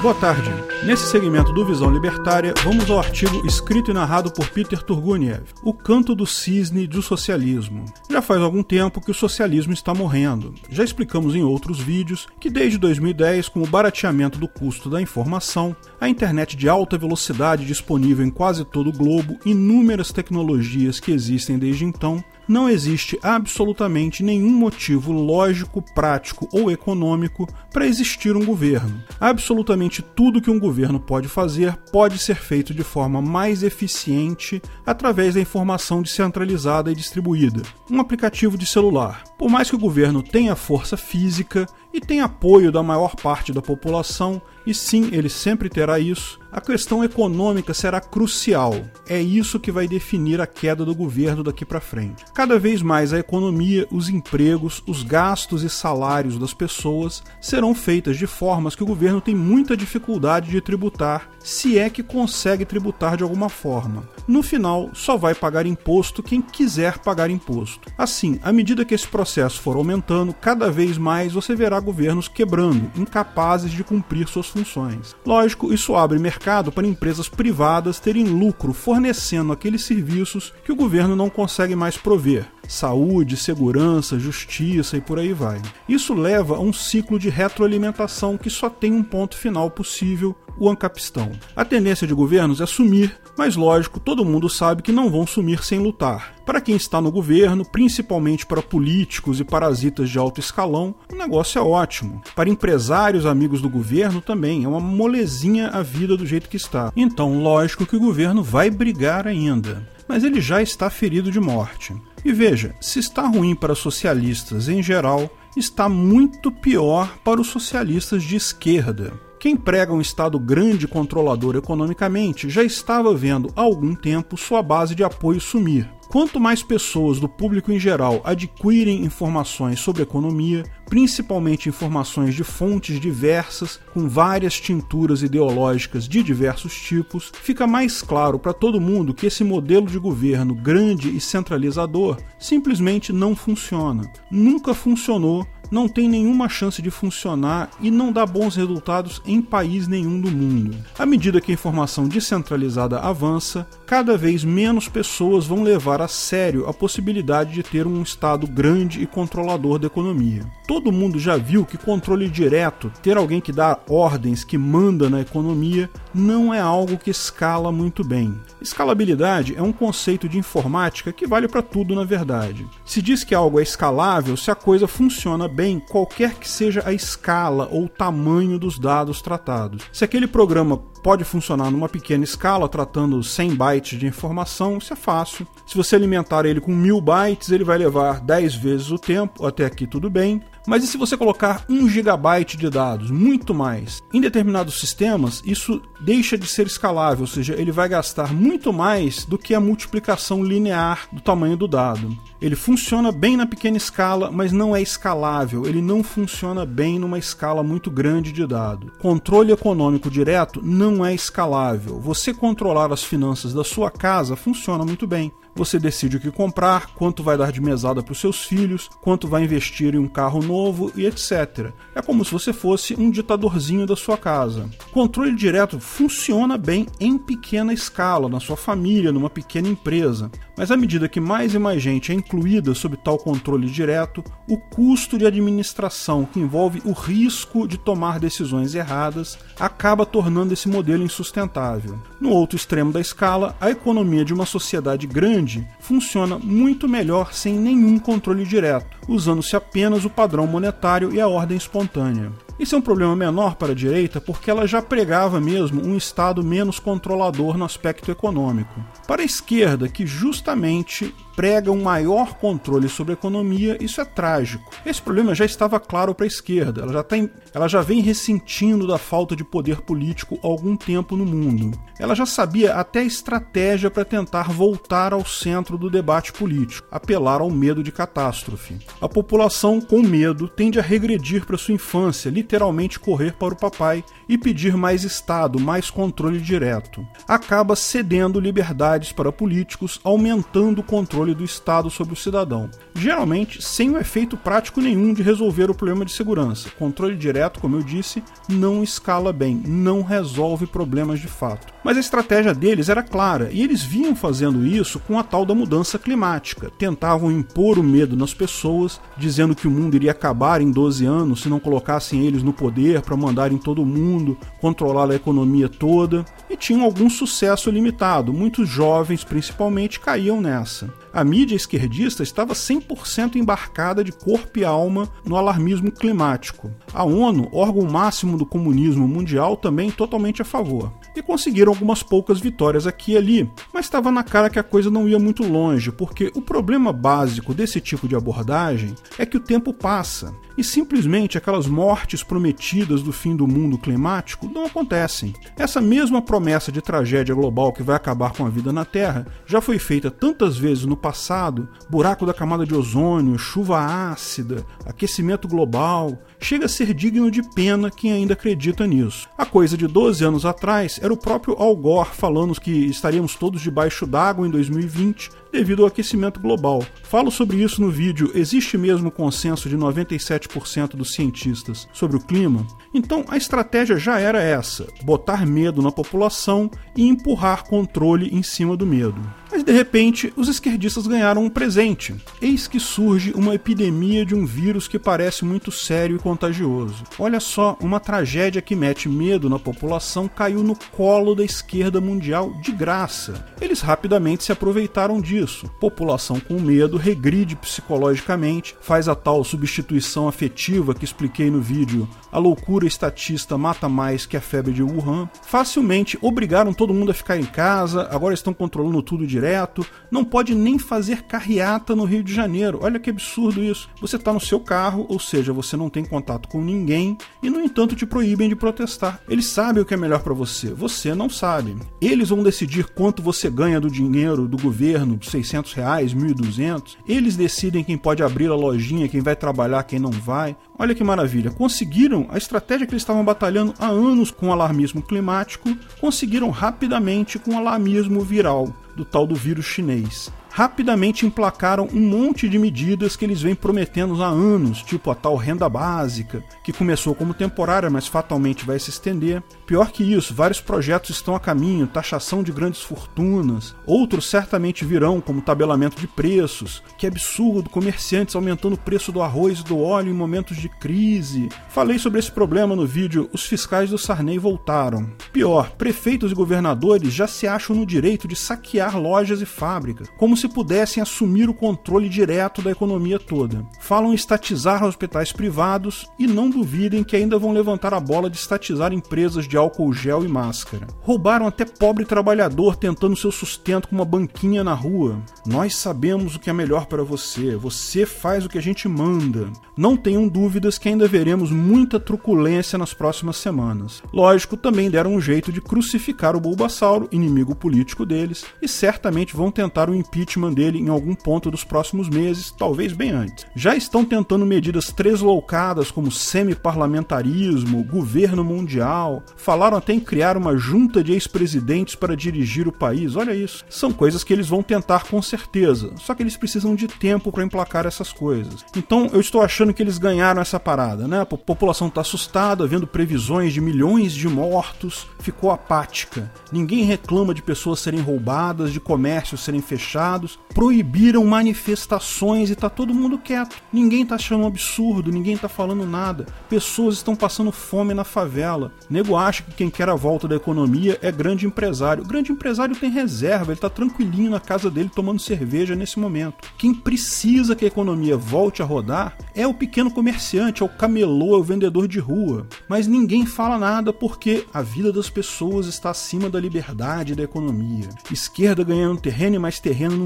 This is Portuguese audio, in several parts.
Boa tarde. Nesse segmento do Visão Libertária, vamos ao artigo escrito e narrado por Peter Turguniev, O Canto do Cisne do Socialismo. Já faz algum tempo que o socialismo está morrendo. Já explicamos em outros vídeos que desde 2010, com o barateamento do custo da informação, a internet de alta velocidade disponível em quase todo o globo, inúmeras tecnologias que existem desde então, não existe absolutamente nenhum motivo lógico, prático ou econômico para existir um governo. Absolutamente tudo que um governo pode fazer pode ser feito de forma mais eficiente através da informação descentralizada e distribuída. Um aplicativo de celular. Por mais que o governo tenha força física e tenha apoio da maior parte da população, e sim, ele sempre terá isso, a questão econômica será crucial. É isso que vai definir a queda do governo daqui para frente. Cada vez mais a economia, os empregos, os gastos e salários das pessoas serão feitas de formas que o governo tem muita dificuldade de tributar, se é que consegue tributar de alguma forma. No final, só vai pagar imposto quem quiser pagar imposto. Assim, à medida que esse processo for aumentando, cada vez mais você verá governos quebrando, incapazes de cumprir suas funções. Lógico, isso abre mercado para empresas privadas terem lucro fornecendo aqueles serviços que o governo não consegue mais prover. Saúde, segurança, justiça e por aí vai. Isso leva a um ciclo de retroalimentação que só tem um ponto final possível, o ancapistão. A tendência de governos é sumir, mas lógico, todo mundo sabe que não vão sumir sem lutar. Para quem está no governo, principalmente para políticos e parasitas de alto escalão, o negócio é ótimo. Para empresários amigos do governo também, é uma molezinha a vida do jeito que está. Então, lógico que o governo vai brigar ainda, mas ele já está ferido de morte. E veja, se está ruim para socialistas em geral, está muito pior para os socialistas de esquerda. Quem prega um Estado grande e controlador economicamente já estava vendo há algum tempo sua base de apoio sumir. Quanto mais pessoas do público em geral adquirem informações sobre economia, principalmente informações de fontes diversas, com várias tinturas ideológicas de diversos tipos, fica mais claro para todo mundo que esse modelo de governo grande e centralizador simplesmente não funciona. Nunca funcionou, não tem nenhuma chance de funcionar e não dá bons resultados em país nenhum do mundo. À medida que a informação descentralizada avança, cada vez menos pessoas vão levar a sério a possibilidade de ter um Estado grande e controlador da economia. Todo mundo já viu que controle direto, ter alguém que dá ordens, que manda na economia, não é algo que escala muito bem. Escalabilidade é um conceito de informática que vale para tudo na verdade. Se diz que algo é escalável se a coisa funciona bem, qualquer que seja a escala ou o tamanho dos dados tratados. Se aquele programa pode funcionar numa pequena escala, tratando 100 bytes de informação, isso é fácil. Se você alimentar ele com 1000 bytes, ele vai levar 10 vezes o tempo, até aqui tudo bem. Mas e se você colocar 1 gigabyte de dados, muito mais? Em determinados sistemas, isso deixa de ser escalável, ou seja, ele vai gastar muito mais do que a multiplicação linear do tamanho do dado. Ele funciona bem na pequena escala, mas não é escalável, ele não funciona bem numa escala muito grande de dado. Controle econômico direto não é escalável. Você controlar as finanças da sua casa funciona muito bem. Você decide o que comprar, quanto vai dar de mesada para os seus filhos, quanto vai investir em um carro novo e etc. É como se você fosse um ditadorzinho da sua casa. Controle direto funciona bem em pequena escala, na sua família, numa pequena empresa. Mas à medida que mais e mais gente é incluída sob tal controle direto, o custo de administração, que envolve o risco de tomar decisões erradas, acaba tornando esse modelo insustentável. No outro extremo da escala, a economia de uma sociedade grande funciona muito melhor sem nenhum controle direto, usando-se apenas o padrão monetário e a ordem espontânea. Isso é um problema menor para a direita porque ela já pregava mesmo um Estado menos controlador no aspecto econômico. Para a esquerda, que justamente prega um maior controle sobre a economia, isso é trágico. Esse problema já estava claro para a esquerda, ela já vem ressentindo da falta de poder político há algum tempo no mundo. Ela já sabia até a estratégia para tentar voltar ao centro do debate político, apelar ao medo de catástrofe. A população, com medo, tende a regredir para sua infância, literalmente correr para o papai e pedir mais Estado, mais controle direto. Acaba cedendo liberdades para políticos, aumentando o controle do Estado sobre o cidadão. Geralmente sem o efeito prático nenhum de resolver o problema de segurança. Controle direto, como eu disse, não escala bem, não resolve problemas de fato. Mas a estratégia deles era clara, e eles vinham fazendo isso com a tal da mudança climática. Tentavam impor o medo nas pessoas, dizendo que o mundo iria acabar em 12 anos se não colocassem eles no poder para mandarem todo mundo, controlar a economia toda, e tinham algum sucesso limitado. Muitos jovens, principalmente, caíam nessa. A mídia esquerdista estava 100% embarcada de corpo e alma no alarmismo climático. A ONU, órgão máximo do comunismo mundial, também totalmente a favor. E conseguiram algumas poucas vitórias aqui e ali, mas estava na cara que a coisa não ia muito longe, porque o problema básico desse tipo de abordagem é que o tempo passa, e simplesmente aquelas mortes prometidas do fim do mundo climático não acontecem. Essa mesma promessa de tragédia global que vai acabar com a vida na Terra já foi feita tantas vezes no passado: buraco da camada de ozônio, chuva ácida, aquecimento global. Chega a ser digno de pena quem ainda acredita nisso. Há coisa de 12 anos atrás, era o próprio Al Gore falando que estaríamos todos debaixo d'água em 2020 devido ao aquecimento global. Falo sobre isso no vídeo Existe mesmo consenso de 97% dos cientistas sobre o clima? Então a estratégia já era essa: botar medo na população e empurrar controle em cima do medo. Mas de repente, os esquerdistas ganharam um presente. Eis que surge uma epidemia de um vírus que parece muito sério e contagioso. Olha só, uma tragédia que mete medo na população caiu no colo da esquerda mundial de graça. Eles rapidamente se aproveitaram disso. População com medo regride psicologicamente, faz a tal substituição afetiva que expliquei no vídeo A Loucura Estatista Mata Mais que a Febre de Wuhan. Facilmente obrigaram todo mundo a ficar em casa, agora estão controlando tudo direto, não pode nem fazer carreata no Rio de Janeiro. Olha que absurdo isso. Você está no seu carro, ou seja, você não tem contato com ninguém, e no entanto te proíbem de protestar. Eles sabem o que é melhor para você não sabe. Eles vão decidir quanto você ganha do dinheiro do governo, R$600, R$1.200. Eles decidem quem pode abrir a lojinha, quem vai trabalhar, quem não vai. Olha que maravilha. Conseguiram a estratégia que eles estavam batalhando há anos com o alarmismo climático, conseguiram rapidamente com o alarmismo viral, do tal do vírus chinês. Rapidamente emplacaram um monte de medidas que eles vêm prometendo há anos, tipo a tal renda básica, que começou como temporária, mas fatalmente vai se estender. Pior que isso, vários projetos estão a caminho, taxação de grandes fortunas, outros certamente virão, como tabelamento de preços. Que absurdo, comerciantes aumentando o preço do arroz e do óleo em momentos de crise. Falei sobre esse problema no vídeo Os Fiscais do Sarney Voltaram. Pior, prefeitos e governadores já se acham no direito de saquear lojas e fábricas, como se pudessem assumir o controle direto da economia toda. Falam em estatizar hospitais privados e não duvidem que ainda vão levantar a bola de estatizar empresas de álcool gel e máscara. Roubaram até pobre trabalhador tentando seu sustento com uma banquinha na rua. Nós sabemos o que é melhor para você, você faz o que a gente manda. Não tenham dúvidas que ainda veremos muita truculência nas próximas semanas. Lógico, também deram um jeito de crucificar o Bulbasauro, inimigo político deles, e certamente vão tentar o impeachment dele em algum ponto dos próximos meses, talvez bem antes. Já estão tentando medidas tresloucadas como semi-parlamentarismo, governo mundial, falaram até em criar uma junta de ex-presidentes para dirigir o país. Olha isso. São coisas que eles vão tentar com certeza, só que eles precisam de tempo para emplacar essas coisas. Então eu estou achando que eles ganharam essa parada, né? A população está assustada, vendo previsões de milhões de mortos, ficou apática. Ninguém reclama de pessoas serem roubadas, de comércios serem fechados, proibiram manifestações e tá todo mundo quieto. Ninguém tá achando um absurdo, ninguém tá falando nada. Pessoas estão passando fome na favela. Nego acha que quem quer a volta da economia é grande empresário. O grande empresário tem reserva, ele tá tranquilinho na casa dele tomando cerveja nesse momento. Quem precisa que a economia volte a rodar é o pequeno comerciante, é o camelô, é o vendedor de rua. Mas ninguém fala nada porque a vida das pessoas está acima da liberdade e da economia. Esquerda ganhando terreno e mais terreno num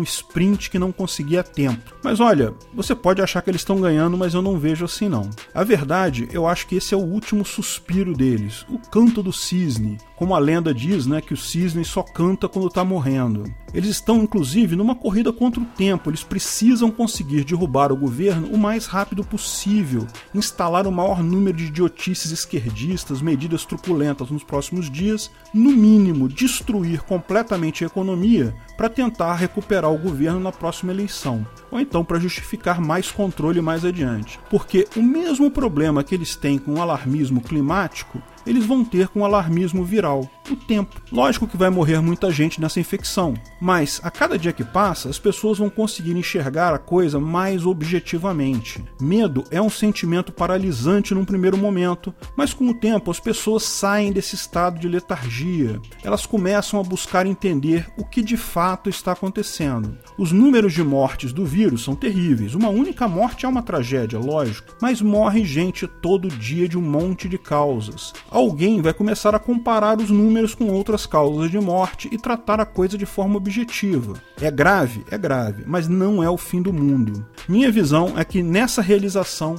sprint que não conseguia tempo. Mas olha, você pode achar que eles estão ganhando, mas eu não vejo assim não. A verdade, eu acho que esse é o último suspiro deles, o canto do cisne. Como a lenda diz, né, que o cisne só canta quando está morrendo. Eles estão, inclusive, numa corrida contra o tempo. Eles precisam conseguir derrubar o governo o mais rápido possível, instalar o maior número de idiotices esquerdistas, medidas truculentas nos próximos dias, no mínimo, destruir completamente a economia para tentar recuperar o governo na próxima eleição. Ou então para justificar mais controle mais adiante. Porque o mesmo problema que eles têm com o alarmismo climático, eles vão ter com o alarmismo viral, o tempo. Lógico que vai morrer muita gente nessa infecção, mas a cada dia que passa, as pessoas vão conseguir enxergar a coisa mais objetivamente. Medo é um sentimento paralisante num primeiro momento, mas com o tempo as pessoas saem desse estado de letargia. Elas começam a buscar entender o que de fato está acontecendo. Os números de mortes do vírus são terríveis. Uma única morte é uma tragédia, lógico, mas morre gente todo dia de um monte de causas. Alguém vai começar a comparar os números com outras causas de morte e tratar a coisa de forma objetiva. É grave, mas não é o fim do mundo. Minha visão é que nessa realização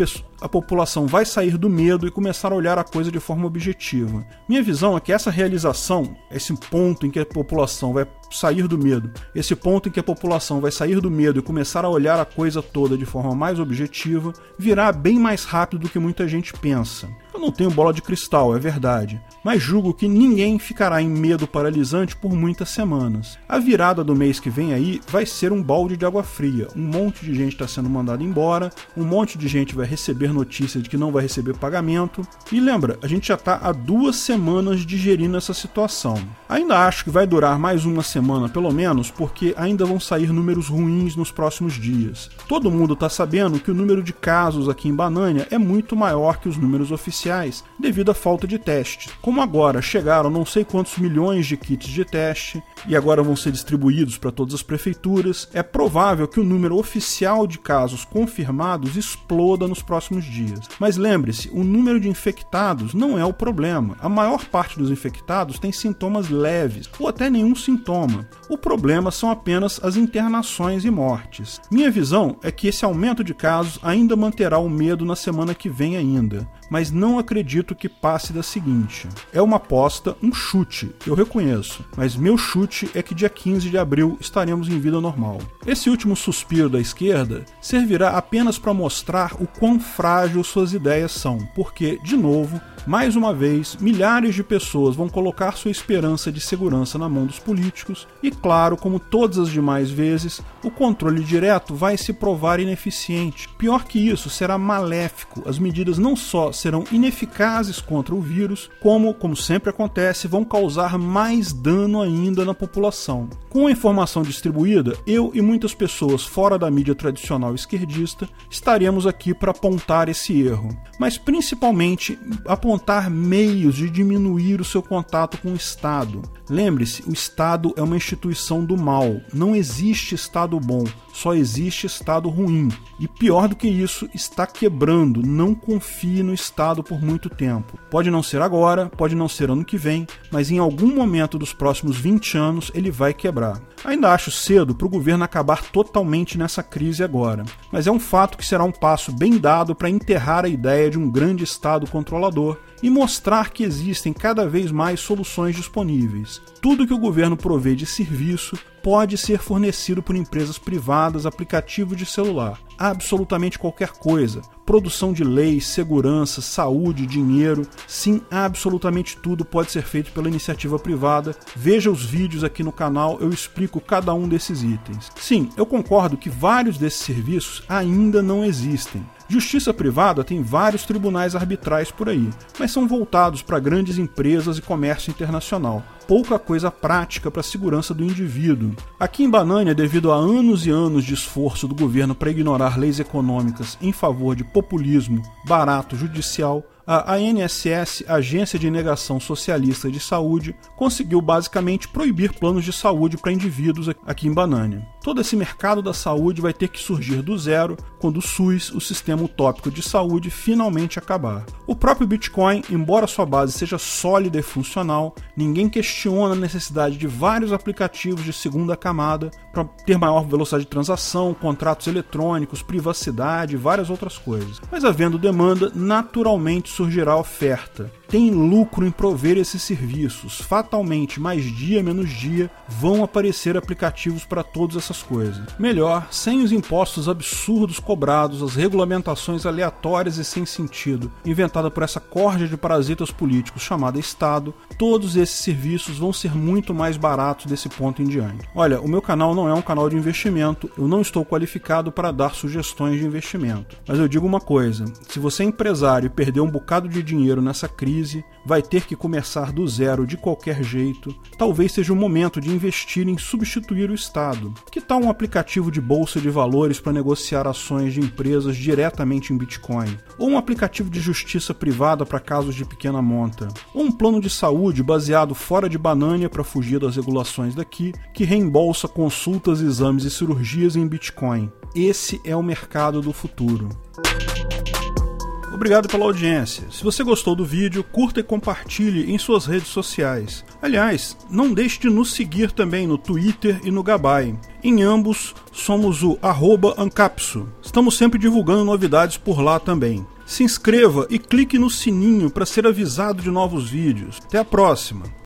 a população vai sair do medo e começar a olhar a coisa de forma objetiva. Minha visão é que essa realização, esse ponto em que a população vai sair do medo, esse ponto em que a população vai sair do medo e começar a olhar a coisa toda de forma mais objetiva, virá bem mais rápido do que muita gente pensa. Eu não tenho bola de cristal, é verdade, mas julgo que ninguém ficará em medo paralisante por muitas semanas. A virada do mês que vem aí vai ser um balde de água fria. Um monte de gente está sendo mandada embora, um monte de gente vai receber notícia de que não vai receber pagamento. E lembra, a gente já está há 2 semanas digerindo essa situação. Ainda acho que vai durar mais uma semana pelo menos, porque ainda vão sair números ruins nos próximos dias. Todo mundo está sabendo que o número de casos aqui em Banânia é muito maior que os números oficiais, devido à falta de teste. Como agora chegaram não sei quantos milhões de kits de teste, e agora vão ser distribuídos para todas as prefeituras, é provável que o número oficial de casos confirmados exploda nos próximos dias. Mas lembre-se, o número de infectados não é o problema. A maior parte dos infectados tem sintomas leves, ou até nenhum sintoma. O problema são apenas as internações e mortes. Minha visão é que esse aumento de casos ainda manterá o medo na semana que vem ainda, mas não acredito que passe da seguinte. É uma aposta, um chute, eu reconheço, mas meu chute é que dia 15 de abril estaremos em vida normal. Esse último suspiro da esquerda servirá apenas para mostrar o quão frágil suas ideias são, porque, de novo, mais uma vez, milhares de pessoas vão colocar sua esperança de segurança na mão dos políticos e, claro, como todas as demais vezes, o controle direto vai se provar ineficiente. Pior que isso, será maléfico. As medidas não só serão ineficazes contra o vírus, como sempre acontece, vão causar mais dano ainda na população. Com a informação distribuída, eu e muitas pessoas fora da mídia tradicional esquerdista estaremos aqui para apontar esse erro, mas principalmente apontar meios de diminuir o seu contato com o Estado. Lembre-se, o Estado é uma instituição do mal. Não existe Estado bom, só existe Estado ruim. E pior do que isso, está quebrando. Não confie no Estado por muito tempo. Pode não ser agora, pode não ser ano que vem, mas em algum momento dos próximos 20 anos ele vai quebrar. Ainda acho cedo para o governo acabar totalmente nessa crise agora, mas é um fato que será um passo bem dado para enterrar a ideia de um grande Estado controlador e mostrar que existem cada vez mais soluções disponíveis. Tudo que o governo provê de serviço pode ser fornecido por empresas privadas, aplicativos de celular, absolutamente qualquer coisa. Produção de leis, segurança, saúde, dinheiro, sim, absolutamente tudo pode ser feito pela iniciativa privada. Veja os vídeos aqui no canal, eu explico cada um desses itens. Sim, eu concordo que vários desses serviços ainda não existem. Justiça privada tem vários tribunais arbitrais por aí, mas são voltados para grandes empresas e comércio internacional. Pouca coisa prática para a segurança do indivíduo. Aqui em Banânia, devido a anos e anos de esforço do governo para ignorar leis econômicas em favor de populismo barato judicial, a ANSS, Agência de Negação Socialista de Saúde, conseguiu basicamente proibir planos de saúde para indivíduos aqui em Banânia. Todo esse mercado da saúde vai ter que surgir do zero quando o SUS, o Sistema Utópico de Saúde, finalmente acabar. O próprio Bitcoin, embora sua base seja sólida e funcional, ninguém questiona a necessidade de vários aplicativos de segunda camada para ter maior velocidade de transação, contratos eletrônicos, privacidade e várias outras coisas. Mas havendo demanda, naturalmente surgirá oferta. Tem lucro em prover esses serviços. Fatalmente, mais dia menos dia, vão aparecer aplicativos para todas essas coisas. Melhor, sem os impostos absurdos cobrados, as regulamentações aleatórias e sem sentido, inventada por essa corja de parasitas políticos chamada Estado, todos esses serviços vão ser muito mais baratos desse ponto em diante. Olha, o meu canal não é um canal de investimento, eu não estou qualificado para dar sugestões de investimento. Mas eu digo uma coisa, se você é empresário e perdeu um bocado de dinheiro nessa crise, vai ter que começar do zero de qualquer jeito, talvez seja o momento de investir em substituir o Estado. Que tal um aplicativo de bolsa de valores para negociar ações de empresas diretamente em Bitcoin? Ou um aplicativo de justiça privada para casos de pequena monta? Ou um plano de saúde baseado fora de Banânia para fugir das regulações daqui, que reembolsa consultas, exames e cirurgias em Bitcoin? Esse é o mercado do futuro. Obrigado pela audiência. Se você gostou do vídeo, curta e compartilhe em suas redes sociais. Aliás, não deixe de nos seguir também no Twitter e no Gabay. Em ambos, somos o @ancapsu. Estamos sempre divulgando novidades por lá também. Se inscreva e clique no sininho para ser avisado de novos vídeos. Até a próxima!